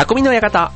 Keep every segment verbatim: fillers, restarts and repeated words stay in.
匠の館。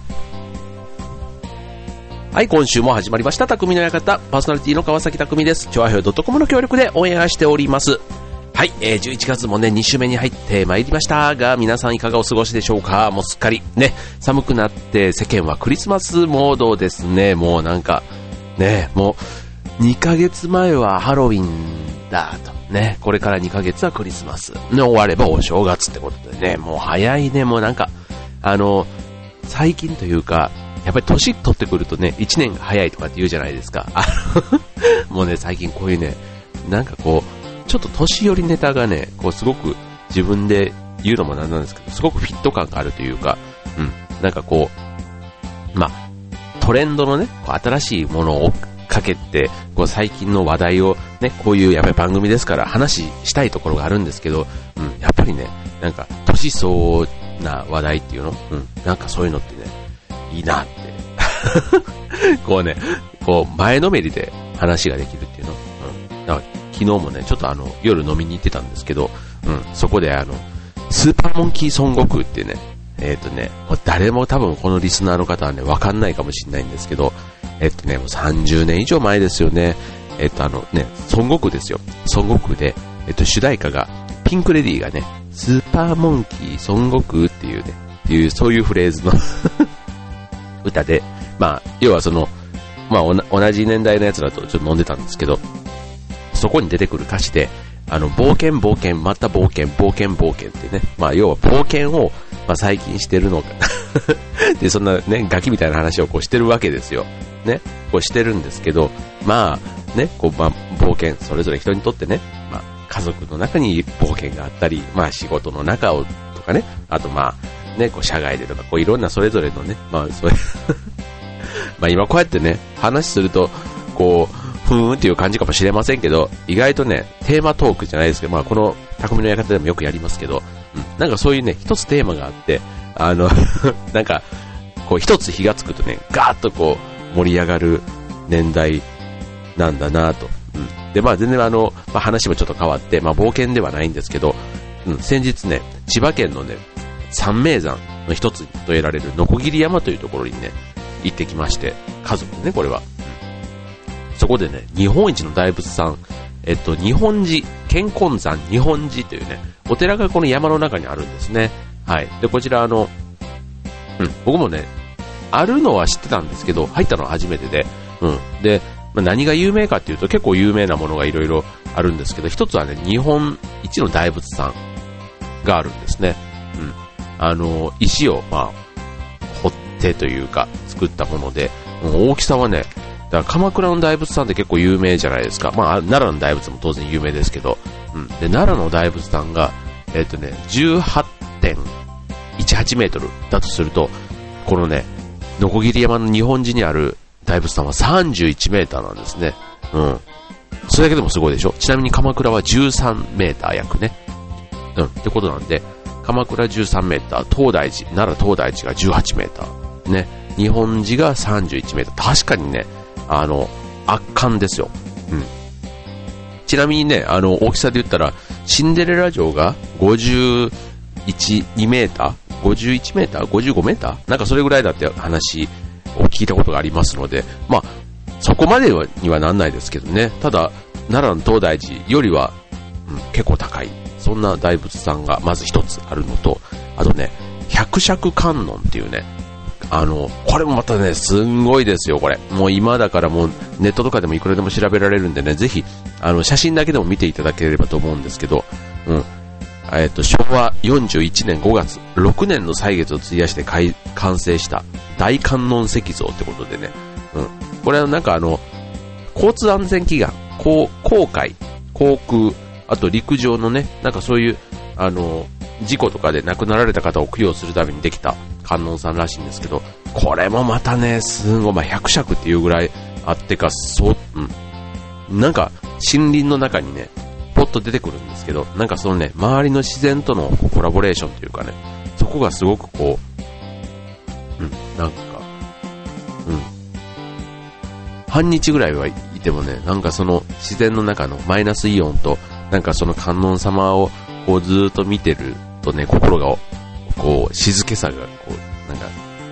はい、今週も始まりました匠の館。パーソナリティの川崎匠です。チョアヘオ .com の協力でオンエアしております。はい、えー、じゅういちがつもねに週目に入ってまいりましたが、皆さんいかがお過ごしでしょうか。もうすっかりね寒くなって世間はクリスマスモードですね。もうなんかね、もうにかげつまえはハロウィンだとね、これからにかげつはクリスマスね、終わればお正月ってことでね、もう早いね。もうなんかあの最近というか、やっぱり年取ってくるとね、いちねんが早いとかって言うじゃないですか。もうね、最近こういうね、なんかこう、ちょっと年寄りネタがね、こうすごく自分で言うのもなんなんですけど、すごくフィット感があるというか、うん、なんかこう、まあ、トレンドのね、こう新しいものを追っかけて、こう最近の話題をね、こういうやっぱり番組ですから話したいところがあるんですけど、うん、やっぱりね、なんか年相応な話題っていうの、うん、なんかそういうのってね、いいなってこうね、こう前のめりで話ができるっていうの、うん、だから昨日もねちょっとあの夜飲みに行ってたんですけど、うん、そこであのスーパーモンキー孫悟空っていうね、えっとねもう誰も多分このリスナーの方はねわかんないかもしれないんですけど、えっとねもうさんじゅうねん以上前ですよね。えっとあのね孫悟空ですよ。孫悟空でえっと主題歌がピンクレディーがねスーパーモンキー孫悟空っていうねっていうそういうフレーズの歌で、まあ、要はその、まあ、同じ年代のやつだとちょっと飲んでたんですけど、そこに出てくる歌詞で、あの、冒険冒険、また冒険、冒険冒険ってね、まあ、要は冒険を、まあ、最近してるのか。で、そんなね、ガキみたいな話をこうしてるわけですよ。ね、こうしてるんですけど、まあ、ね、こう、まあ、冒険、それぞれ人にとってね、まあ、家族の中に冒険があったり、まあ、仕事の中を、とかね、あとまあ、ね、こう社外でとかこういろんなそれぞれのね、まあそれまあ今こうやってね話するとこうふーんっていう感じかもしれませんけど、意外とねテーマトークじゃないですけど、まあこの匠の館でもよくやりますけど、うん、なんかそういうね一つテーマがあって、あのなんかこう一つ火がつくとねガーッとこう盛り上がる年代なんだなと、うん、でまあ全然あの、まあ、話もちょっと変わって、まあ冒険ではないんですけど、うん、先日ね千葉県のね三名山の一つと得られる鋸山というところにね行ってきまして、家族でねこれは、うん、そこでね日本一の大仏さん、えっと日本寺健根山日本寺というねお寺がこの山の中にあるんですね。はい。でこちらあの、うん、僕もねあるのは知ってたんですけど入ったのは初めてで、うん、で、まあ、何が有名かっていうと結構有名なものがいろいろあるんですけど、一つはね日本一の大仏さんがあるんですね。うん。あの石をまあ掘ってというか作ったもので、大きさはね、だから鎌倉の大仏さんって結構有名じゃないですか。まあ奈良の大仏も当然有名ですけど、うん、で奈良の大仏さんがえっとね じゅうはちてんいちはちメートルだとすると、このね鋸山の日本寺にある大仏さんはさんじゅういちメーターなんですね。うん。それだけでもすごいでしょ。ちなみに鎌倉はじゅうさんメーター約ね。うん。ってことなんで。鎌倉じゅうさんメーター、東大寺、奈良東大寺がじゅうはちメーター、ね、日本寺がさんじゅういちメーター、確かにね、あの、圧巻ですよ。うん。ちなみにね、あの、大きさで言ったら、シンデレラ城がごじゅういち、にメーター ?ごじゅういちメーター ?ごじゅうごメーターなんかそれぐらいだって話を聞いたことがありますので、まあ、そこまでにはなんないですけどね、ただ、奈良の東大寺よりは、うん、結構高い。そんな大仏さんがまず一つあるのと、あとね、百尺観音っていうね、あの、これもまたね、すんごいですよ、これ。もう今だからもうネットとかでもいくらでも調べられるんでね、ぜひ、あの、写真だけでも見ていただければと思うんですけど、うん。えっと、しょうわよんじゅういちねんごがつ、ろくねんの歳月を費やして完成した大観音石像ってことでね、うん。これはなんかあの、交通安全祈願、航海、航空、あと陸上のね、なんかそういう、あの、事故とかで亡くなられた方を供養するためにできた観音さんらしいんですけど、これもまたね、すごい、まあ、百尺っていうぐらいあってか、そう、うん。なんか、森林の中にね、ポッと出てくるんですけど、なんかそのね、周りの自然とのコラボレーションというかね、そこがすごくこう、うん、なんか、うん。半日ぐらいはいてもね、なんかその自然の中のマイナスイオンと、なんかその観音様をこうずーっと見てるとね、心がこう静けさがこうなんか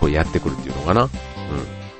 こうやってくるっていうのかな。うん。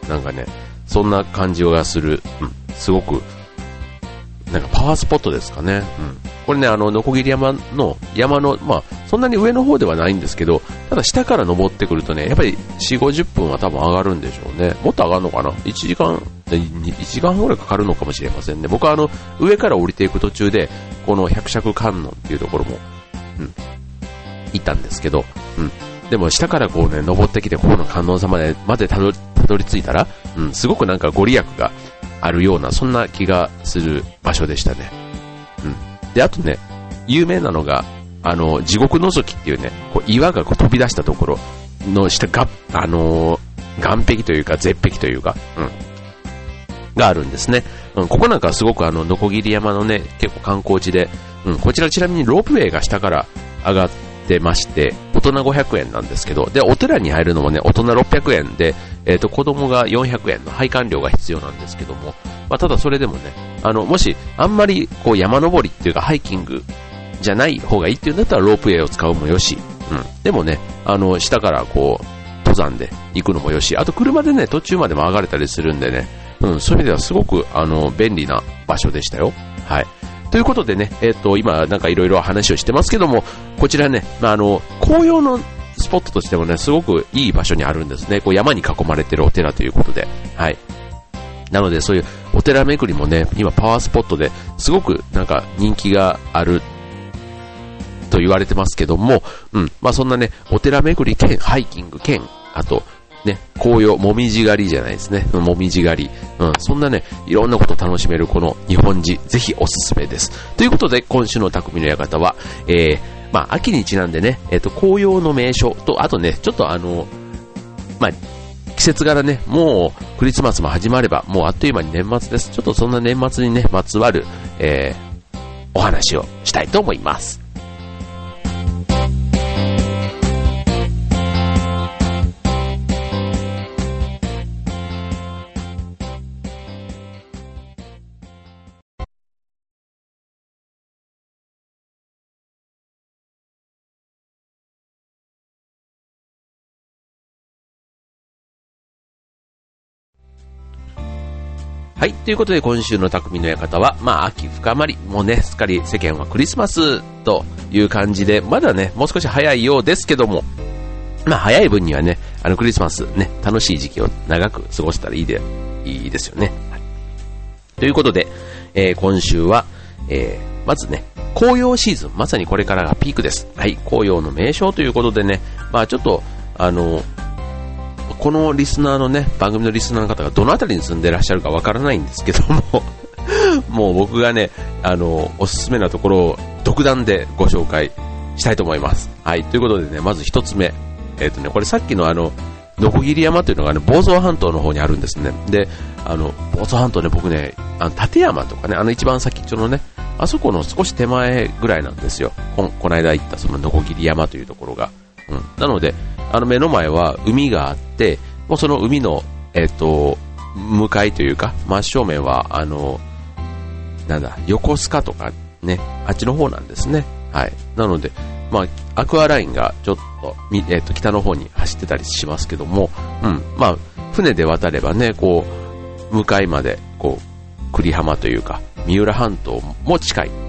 なんかね、そんな感じがする。うん。すごく、なんかパワースポットですかね。うん。これね、あの、ノコギリ山の、山の、まあ、そんなに上の方ではないんですけど、ただ下から登ってくるとね、やっぱりよん、ごじゅっぷんは多分上がるんでしょうね。もっと上がるのかな ?いち 時間、いちじかんぐらいかかるのかもしれませんね。僕はあの、上から降りていく途中で、この百尺観音っていうところも、うん、行ったんですけど、うん。でも下からこうね、登ってきて、ここの観音様までたど、たどり着いたら、うん、すごくなんかご利益があるような、そんな気がする場所でしたね。うん。で、あとね、有名なのが、あの、地獄覗きっていうね、こう岩がこう飛び出したところの下が、あのー、岸壁というか、絶壁というか、うん。があるんですね。うん、ここなんかすごくあの、ノコギリ山のね、結構観光地で、うん、こちらちなみにロープウェイが下から上がってまして、大人ごひゃくえんなんですけど、で、お寺に入るのもね、大人ろっぴゃくえんで、えっと、子供がよんひゃくえんの配管料が必要なんですけども、まあ、ただそれでもね、あの、もし、あんまり、こう、山登りっていうか、ハイキングじゃない方がいいっていうんだったら、ロープウェイを使うもよし、うん。でもね、あの、下からこう、登山で行くのもよし、あと車でね、途中までも上がれたりするんでね、うん、そういう意味ではすごく、あの、便利な場所でしたよ。はい。ということでね、えっと、今、なんかいろいろ話をしてますけども、こちらね、まあ、あの、紅葉のスポットとしてもね、すごくいい場所にあるんですね。こう山に囲まれてるお寺ということで。はい。なので、そういうお寺巡りもね、今パワースポットですごくなんか人気があると言われてますけども、うん。まあそんなね、お寺巡り兼ハイキング兼、あと、ね、紅葉、もみじ狩りじゃないですね。もみじ狩り。うん。そんなね、いろんなことを楽しめるこの日本寺、ぜひおすすめです。ということで、今週の匠の館は、えー、まあ、秋にちなんでね、えっと、紅葉の名所と、あとね、ちょっとあの、まあ、季節柄ね、もうクリスマスも始まれば、もうあっという間に年末です。ちょっとそんな年末にね、まつわる、えー、お話をしたいと思います。はい。ということで今週の匠の館は、まあ秋深まり、もうね、すっかり世間はクリスマスという感じで、まだね、もう少し早いようですけども、まあ早い分にはね、あのクリスマスね、楽しい時期を長く過ごせたらいいで、いいですよね。はい、ということで、えー、今週は、えー、まずね、紅葉シーズン、まさにこれからがピークです。はい。紅葉の名所ということでね、まあちょっと、あの、このリスナーのね、番組のリスナーの方がどのあたりに住んでらっしゃるかわからないんですけども、もう僕がね、あの、おすすめなところを独断でご紹介したいと思います。はい。ということでね、まず一つ目。えっとね、これさっきのあの、ノコギリ山というのがね、房総半島の方にあるんですね。で、あの、房総半島ね、僕ね、あの、立山とかね、あの一番先っちょのね、あそこの少し手前ぐらいなんですよ。こ、この間行ったそのノコギリ山というところが。うん。なので、あの目の前は海があって、もうその海の、えっと、向かいというか、真正面は、あの、なんだ、横須賀とかね、あっちの方なんですね。はい。なので、まあ、アクアラインがちょっと、えっと、北の方に走ってたりしますけども、うん。まあ、船で渡ればね、こう、向かいまで、こう、久里浜というか、三浦半島も近い。うん。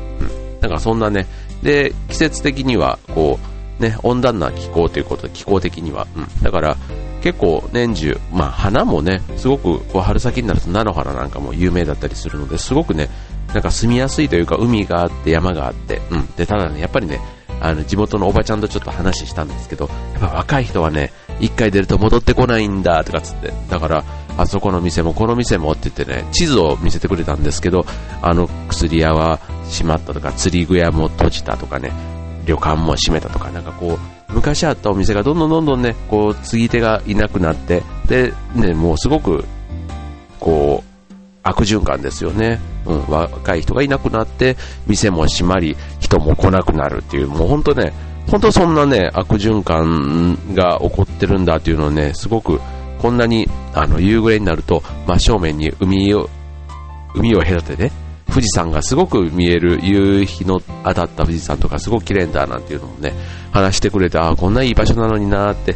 だからそんなね、で、季節的には、こう、ね、温暖な気候ということで、気候的には、うん、だから結構年中、まあ花もね、すごくこう春先になると菜の花なんかも有名だったりするので、すごくね、なんか住みやすいというか、海があって山があって、うん、でただね、やっぱりね、あの地元のおばちゃんとちょっと話したんですけど、やっぱ若い人はね、一回出ると戻ってこないんだとかつって、だからあそこの店もこの店もって言ってね、地図を見せてくれたんですけど、あの薬屋は閉まったとか、釣り具屋も閉じたとかね。旅館も閉めたとか、なんかこう昔あったお店がどんどんどんどんね、こう継ぎ手がいなくなって、でね、もうすごくこう悪循環ですよね。うん、若い人がいなくなって店も閉まり、人も来なくなるっていう、もう本当ね、本当そんなね悪循環が起こってるんだっていうのをね、すごくこんなにあの夕暮れになると真正面に海を海を隔ててね、富士山がすごく見える、夕日の当たった富士山とかすごく綺麗だなんていうのもね、話してくれて、ああこんないい場所なのになーって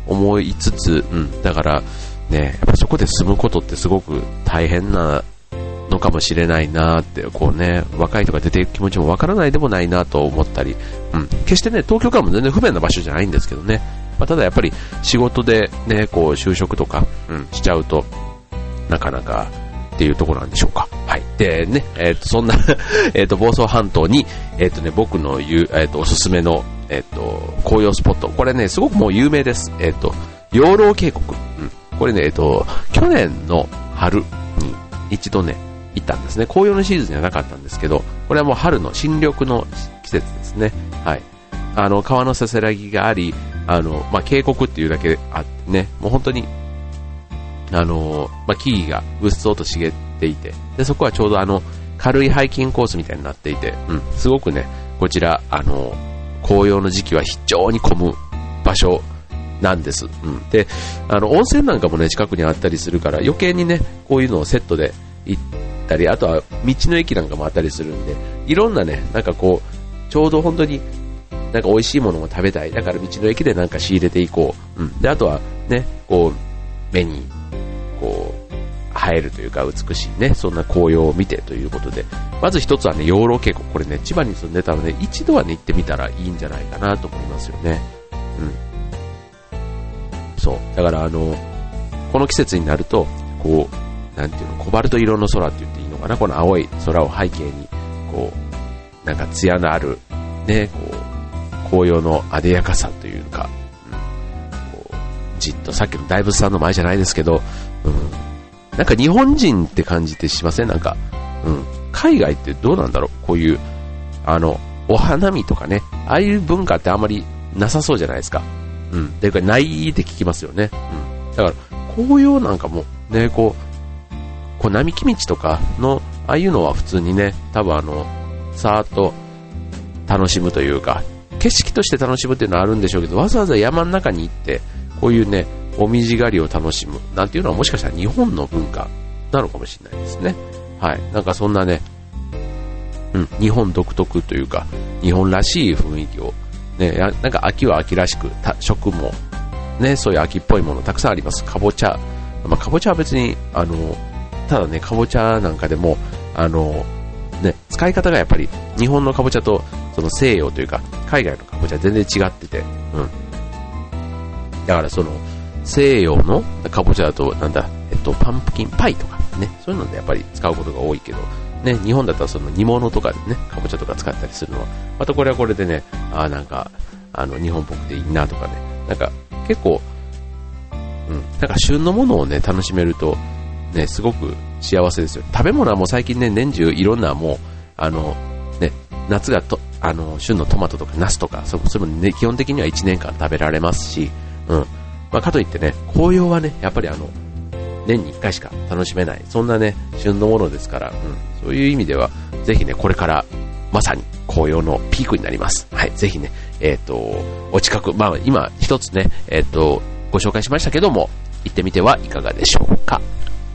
思いつつ、うん、だからね、やっぱそこで住むことってすごく大変なのかもしれないなって、こうね、若い人が出ていく気持ちもわからないでもないなと思ったり、うん、決してね、東京からも全然不便な場所じゃないんですけどね、まあ、ただやっぱり仕事でね、こう就職とか、うん、しちゃうと、なかなかっていうところなんでしょうか。はい。でね、えっ、ー、と、そんな、えっと、房総半島に、えっ、ー、とね、僕の言う、えっ、ー、と、おすすめの、えっ、と、紅葉スポット。これね、すごくもう有名です。えっ、と、養老渓谷。うん。これね、えっ、と、去年の春に一度ね、行ったんですね。紅葉のシーズンじゃなかったんですけど、これはもう春の新緑の季節ですね。はい。あの、川のせせらぎがあり、あの、まあ、渓谷っていうだけあってね、もう本当に、あの、まあ、木々がうっそうと茂っていて、で、そこはちょうどあの、軽いハイキングコースみたいになっていて、うん、すごくね、こちら、あの、紅葉の時期は非常に混む場所なんです。うん。で、あの、温泉なんかもね、近くにあったりするから、余計にね、こういうのをセットで行ったり、あとは道の駅なんかもあったりするんで、いろんなね、なんかこう、ちょうど本当に、なんか美味しいものも食べたい。だから道の駅でなんか仕入れていこう。うん。で、あとはね、こう、目に、こう、映えるというか美しいね、そんな紅葉を見てということで、まず一つはね、養老渓谷。これね、千葉に住んでたので、一度はね、行ってみたらいいんじゃないかなと思いますよね。うん。そう。だからあの、この季節になると、こう、なんていうの、コバルト色の空って言っていいのかな、この青い空を背景に、こう、なんか艶のある、ね、こう、紅葉の艶やかさというか、うん、こうじっとさっきの大仏さんの前じゃないですけど、うん、なんか日本人って感じってしません？なんか、うん、海外ってどうなんだろう、こういうあのお花見とかね、ああいう文化ってあんまりなさそうじゃないですか。うん、で、これないって聞きますよね。うん、だから紅葉なんかもね、こう、こう並木道とかのああいうのは普通にね、多分あのさーっと楽しむというか、景色として楽しむっていうのはあるんでしょうけど、わざわざ山の中に行ってこういうね、お水狩りを楽しむなんていうのはもしかしたら日本の文化なのかもしれないですね。はい。なんかそんなね、うん、日本独特というか、日本らしい雰囲気をね、なんか秋は秋らしく、食もね、そういう秋っぽいものたくさんあります。かぼちゃ、まあ、かぼちゃは別にあのただね、かぼちゃなんかでもあのね、使い方がやっぱり日本のかぼちゃとその西洋というか海外のかぼちゃ全然違ってて、うん。だからその西洋のかぼちゃだとなんだ、えっとパンプキンパイとかね、そういうのでやっぱり使うことが多いけど、ね、日本だったらその煮物とかでね、かぼちゃとか使ったりするのは、またこれはこれでね、あなんかあの日本っぽくていいなとかね、なんか結構、うん、なんか旬のものをね楽しめるとね、すごく幸せですよ。食べ物はもう最近ね、年中いろんなもうあのね、夏がとあの旬のトマトとかナスとか、そそれもね基本的にはいちねんかん食べられますし、うん、まあ、かといってね、紅葉はね、やっぱりあの年にいっかいしか楽しめない、そんなね旬のものですから、うん、そういう意味ではぜひね、これからまさに紅葉のピークになります。はい、ぜひね、えっとお近く、まあ今一つね、えっとご紹介しましたけども、行ってみてはいかがでしょうか。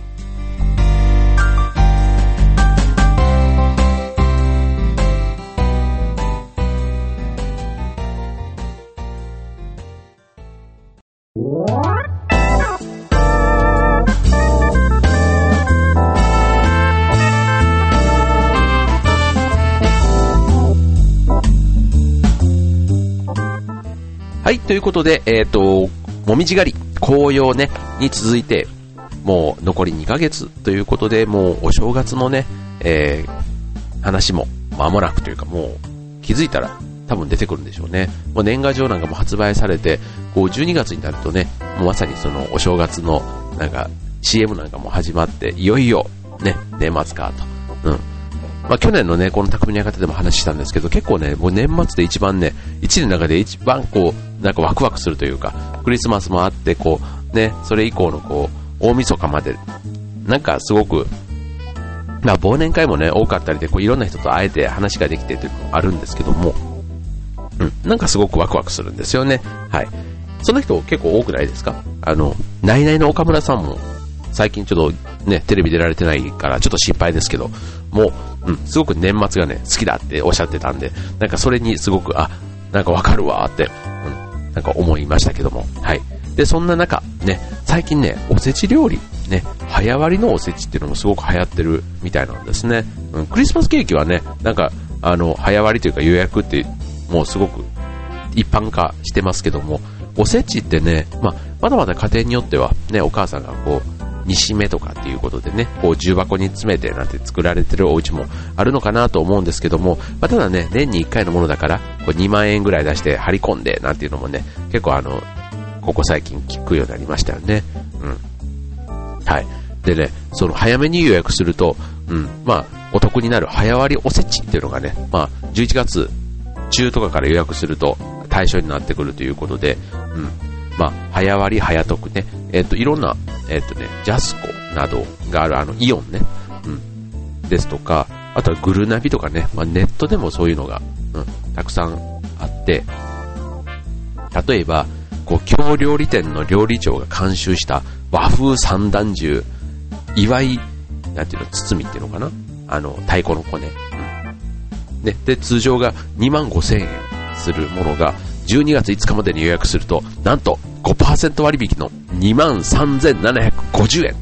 はい、ということで、えっと、もみじ狩り、紅葉ね、に続いて、もう残りにかげつということで、もうお正月のね、えー、話も間もなくというか、もう気づいたら多分出てくるんでしょうね。もう年賀状なんかも発売されて、こうじゅうにがつになるとね、もうまさにそのお正月のなんか シーエム なんかも始まって、いよいよね、年末かと。うん。まあ、去年のね、この匠の館でも話したんですけど、結構ね、もう年末で一番ね、一年の中で一番こう、なんかワクワクするというか、クリスマスもあって、こう、ね、それ以降のこう、大晦日まで、なんかすごく、まあ、忘年会もね、多かったりで、こう、いろんな人と会えて話ができてというのもあるんですけども、うん、なんかすごくワクワクするんですよね。はい。その人結構多くないですか？あの、ナイナイの岡村さんも、最近ちょっとね、テレビ出られてないからちょっと心配ですけど、もう、うん、すごく年末がね、好きだっておっしゃってたんで、なんかそれにすごく、あ、なんかわかるわーって、うん、なんか思いましたけども、はい。で、 で、そんな中、ね、最近ね、おせち料理、ね、早割りのおせちっていうのもすごく流行ってるみたいなんですね。うん、クリスマスケーキはね、なんか、あの、早割りというか予約って、もうすごく一般化してますけども、おせちってね、まあ、まだまだ家庭によっては、ね、お母さんがこう、煮しめとかっていうことでね、こう重箱に詰めてなんて作られてるお家もあるのかなと思うんですけども、まあ、ただね、年にいっかいのものだから、こうにまんえんぐらい出して張り込んでなんていうのもね、結構あの、ここ最近聞くようになりましたよね。うん。はい。でね、その早めに予約すると、うん、まあ、お得になる早割りおせちっていうのがね、まあ、じゅういちがつ中とかから予約すると対象になってくるということで、うん。まあ、早割り早得ね、えっと、いろんな、えっとね、ジャスコなどがある、あの、イオンね、うん。ですとか、あとはグルナビとかね、まあ、ネットでもそういうのが、うん、たくさんあって、例えば、こう、京料理店の料理長が監修した和風三段重、祝い、なんていうの、包みっていうのかな、あの、太鼓の骨。うん。ね、で、通常がにまんごせんえんするものが、じゅうにがついつかまでに予約すると、なんと ごパーセント 割引の にまんさんぜんななひゃくごじゅうえん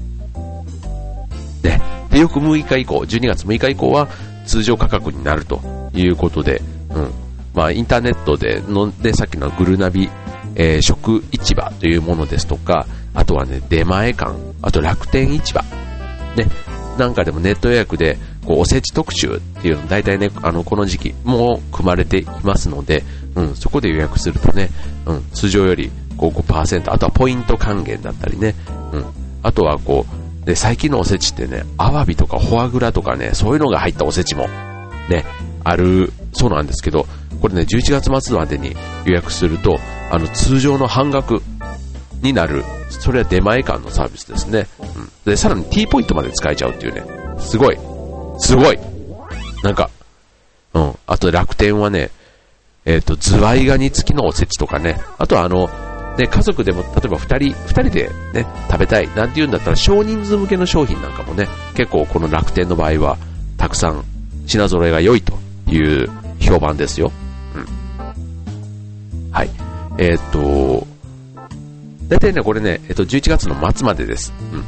と。ね。で、翌むいか以降、じゅうにがつむいか以降は通常価格になるということで、うん。まあ、インターネットでの、で、さっきのグルナビ、えー、食市場というものですとか、あとはね、出前館、あと楽天市場。ね。なんかでもネット予約で、こう、おせち特集っていうの大体ね、あの、この時期も組まれていますので、うん、そこで予約するとね、うん、通常よりこう ごパーセント、あとはポイント還元だったりね、うん、あとはこう、で、最近のおせちってね、アワビとかフォアグラとかね、そういうのが入ったおせちも、ね、ある、そうなんですけど、これね、じゅういちがつ末までに予約すると、あの、通常の半額になる、それは出前館のサービスですね。うん。で、さらに T ポイントまで使えちゃうっていうね、すごい、すごい、なんか、うん、あと楽天はね、えっと、ズワイガニ付きのおせちとかね、あとはあの、ね、家族でも例えば二人、二人でね、食べたいなんて言うんだったら少人数向けの商品なんかもね、結構この楽天の場合はたくさん品揃えが良いという評判ですよ。うん。はい。えっと、だいたいね、これね、えっと、じゅういちがつの末までです。うん。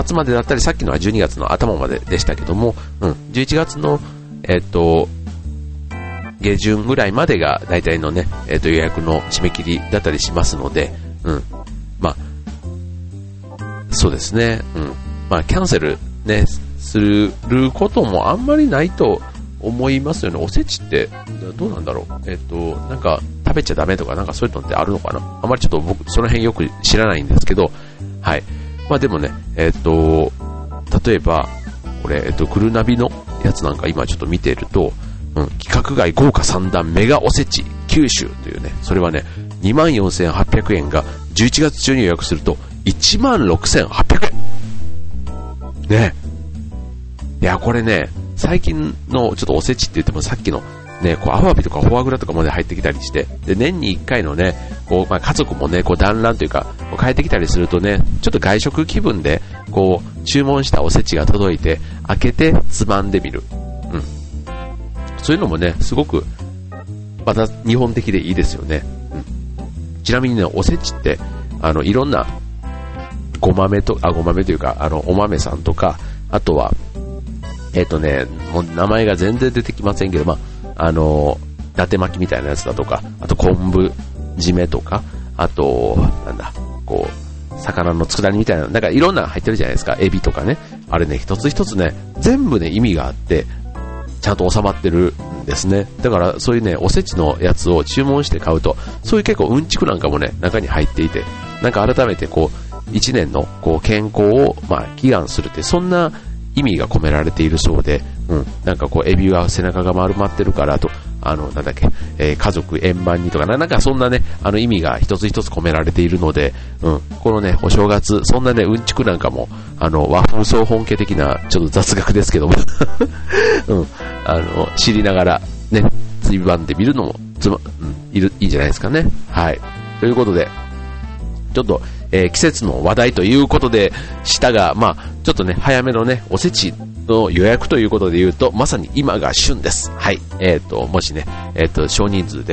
末までだったり、さっきのはじゅうにがつの頭まででしたけども、うん。じゅういちがつの、えっと、下旬ぐらいまでが大体のね、えっと予約の締め切りだったりしますので、うん。まあ、そうですね。うん。まあ、キャンセルね、することもあんまりないと思いますよね。おせちって、どうなんだろう。えっと、なんか、食べちゃダメとかなんかそういうのってあるのかな。あまりちょっと僕、その辺よく知らないんですけど、はい。まあでもね、えっと、例えば、これ、えっと、グルナビのやつなんか今ちょっと見ていると、うん、規格外豪華三段メガおせち九州というね、それはね、にまんよんせんはっぴゃくえんがじゅういちがつ中に予約するといちまんろくせんはっぴゃくえん。ね。いや、これね、最近のちょっとおせちって言ってもさっきのね、こう、アワビとかフォアグラとかまで入ってきたりして、で、年にいっかいのね、こう、まあ、家族もね、こう、団らんというか、こう帰ってきたりするとね、ちょっと外食気分で、こう、注文したおせちが届いて、開けて、つまんでみる。うん。そういうのもね、すごく、また日本的でいいですよね。うん。ちなみにね、おせちって、あの、いろんな、ご豆と、あ、ご豆というか、あの、お豆さんとか、あとは、えっとね、もう名前が全然出てきませんけど、まあ、あの、伊達巻きみたいなやつだとか、あと昆布締めとか、あと、なんだ、こう、魚の佃煮みたいな、なんかいろんな入ってるじゃないですか。エビとかね。あれね、一つ一つね、全部ね、意味があって、ちゃんと収まってるんですね。だからそういうね、おせちのやつを注文して買うと、そういう結構うんちくなんかもね、中に入っていて、なんか改めてこう、一年のこう健康をまあ祈願するって、そんな意味が込められているそうで、うん、なんかこうエビは背中が丸まってるからと、あのなんだっけ、えー、家族円満にとかな、なんかそんなね、あの意味が一つ一つ込められているので、うん、このねお正月そんなねうんちくなんかもあの和風総本家的なちょっと雑学ですけども、うん、あの知りながらねついばんでみるのもつま、うん、いるいいんじゃないですかね。はい。ということでちょっと、えー、季節の話題ということでしたが、まあちょっとね早めのねおせちの予約ということで言うと、まさに今が旬です。はい。えっと、もしね、えっと、少人数でも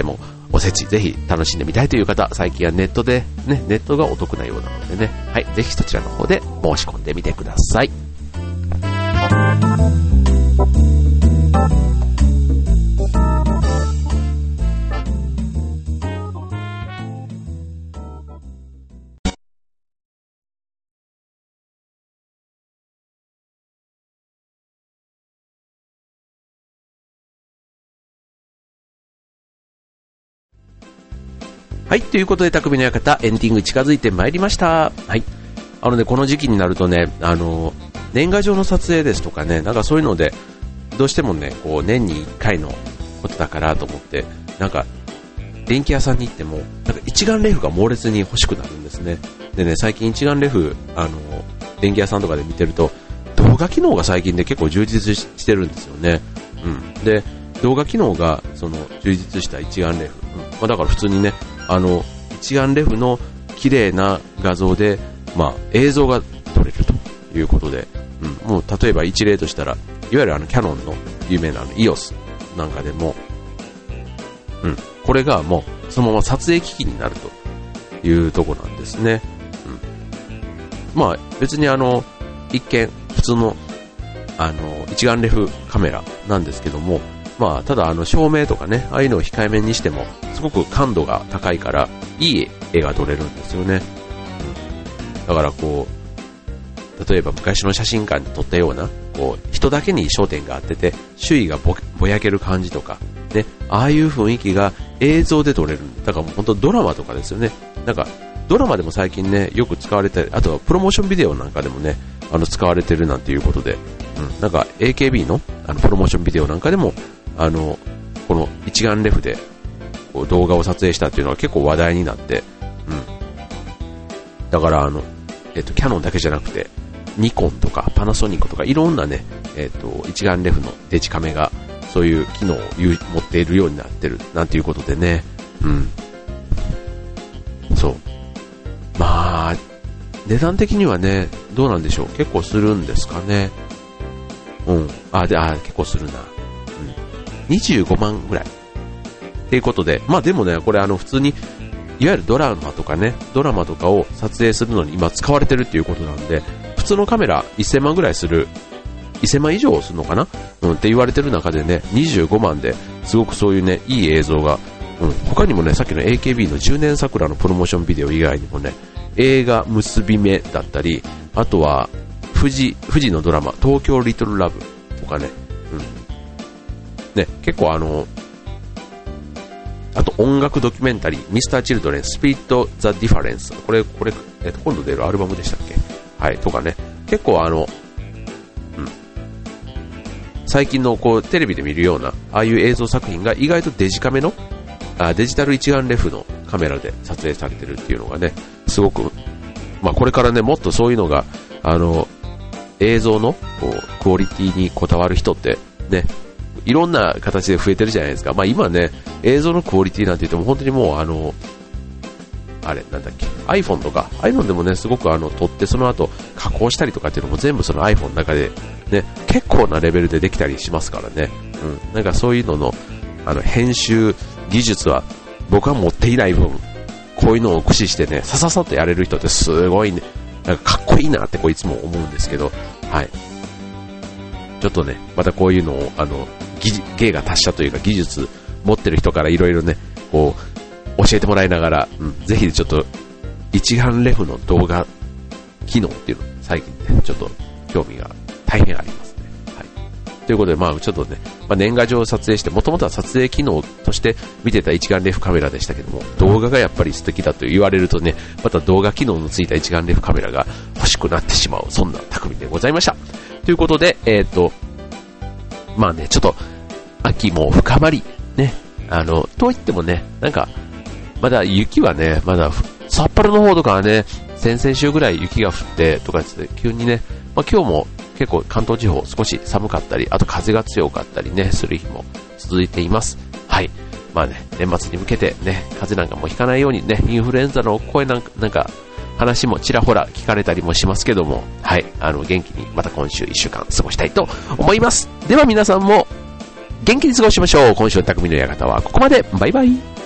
おせちぜひ楽しんでみたいという方、最近はネットでね、ネットがお得なようなのでね、はい、ぜひそちらの方で申し込んでみてください。はい、ということで、匠の館、エンディング近づいてまいりました。はい。あのね、この時期になるとね、あの、年賀状の撮影ですとかね、なんかそういうので、どうしてもね、こう、年にいっかいのことだからと思って、なんか、電気屋さんに行っても、なんか一眼レフが猛烈に欲しくなるんですね。でね、最近一眼レフ、あの、電気屋さんとかで見てると、動画機能が最近で結構充実してるんですよね。うん。で、動画機能が、その、充実した一眼レフ。うん。まあだから普通にね、あの、一眼レフの綺麗な画像で、まあ、映像が撮れるということで、うん、もう例えば一例としたら、いわゆるあのキャノンの有名なあの イーオーエス なんかでも、うん、これがもうそのまま撮影機器になるというところなんですね。うん、まあ別にあの一見普通のあの一眼レフカメラなんですけども、まあただあの照明とかね、ああいうのを控えめにしてもすごく感度が高いからいい絵が撮れるんですよね。うん、だからこう例えば昔の写真館で撮ったようなこう人だけに焦点が当てて周囲が ぼ, ぼやける感じとかね、ああいう雰囲気が映像で撮れる。だからもう本当ドラマとかですよね。なんかドラマでも最近ねよく使われて、あとはプロモーションビデオなんかでもねあの使われてるなんていうことで、うん、なんか エーケービー のあのプロモーションビデオなんかでもあのこの一眼レフでこう動画を撮影したっていうのは結構話題になって、うん、だからあのえっとキャノンだけじゃなくてニコンとかパナソニックとかいろんなねえっと一眼レフのデジカメがそういう機能を持っているようになってるなんていうことでね、うん、そうまあ値段的にはねどうなんでしょう、結構するんですかね。うんあであ結構するな。にじゅうごまんぐらいっていうことで、まあでもねこれあの普通にいわゆるドラマとかねドラマとかを撮影するのに今使われてるっていうことなんで、普通のカメラせんまんぐらいするいっせんまん以上するのかな、うん、って言われてる中でねにじゅうごまんですごくそういうねいい映像が、うん、他にもねさっきの エーケービー のじゅうねん桜のプロモーションビデオ以外にもね映画結び目だったり、あとは富士富士のドラマ東京リトルラブとかね、うんね、結構あのあと音楽ドキュメンタリーミスターチルドレンスピリットザディファレンス、これこれ、えっと、今度出るアルバムでしたっけ、はいとかね、結構あの、うん、最近のこうテレビで見るようなああいう映像作品が意外とデジカメのあデジタル一眼レフのカメラで撮影されてるっていうのがねすごく、まあ、これからねもっとそういうのがあの映像のこうクオリティにこだわる人ってねいろんな形で増えてるじゃないですか。まあ今ね、映像のクオリティなんて言っても本当にもうあの、あれなんだっけ、iPhone とか、ああいうのでもね、すごくあの撮ってその後加工したりとかっていうのも全部その iPhone の中でね、結構なレベルでできたりしますからね。うん。なんかそういうのの、あの編集技術は僕は持っていない分、こういうのを駆使してね、さささっとやれる人ってすごいね、なんかかっこいいなってこういつも思うんですけど、はい。ちょっとね、またこういうのを、あの、芸が達者というか技術持ってる人からいろいろねこう教えてもらいながら、うん、ぜひちょっと一眼レフの動画機能っていうの最近ねちょっと興味が大変ありますね。はい、ということでまあちょっとね、まあ、年賀状を撮影してもともとは撮影機能として見てた一眼レフカメラでしたけども、動画がやっぱり素敵だと言われるとねまた動画機能のついた一眼レフカメラが欲しくなってしまう、そんな匠でございました。ということでえっとまあね、ちょっと、秋も深まり、ね、あの、といってもね、なんか、まだ雪はね、まだ、札幌の方とかはね、先々週ぐらい雪が降って、とかですね、急にね、まあ今日も結構関東地方少し寒かったり、あと風が強かったりね、する日も続いています。はい。まあね、年末に向けてね、風邪なんかもひかないようにね、インフルエンザの声なんか、なんか、話もちらほら聞かれたりもしますけども、はい、あの元気にまた今週いっしゅうかん過ごしたいと思います。では皆さんも元気に過ごしましょう。今週の匠の館はここまで。バイバイ。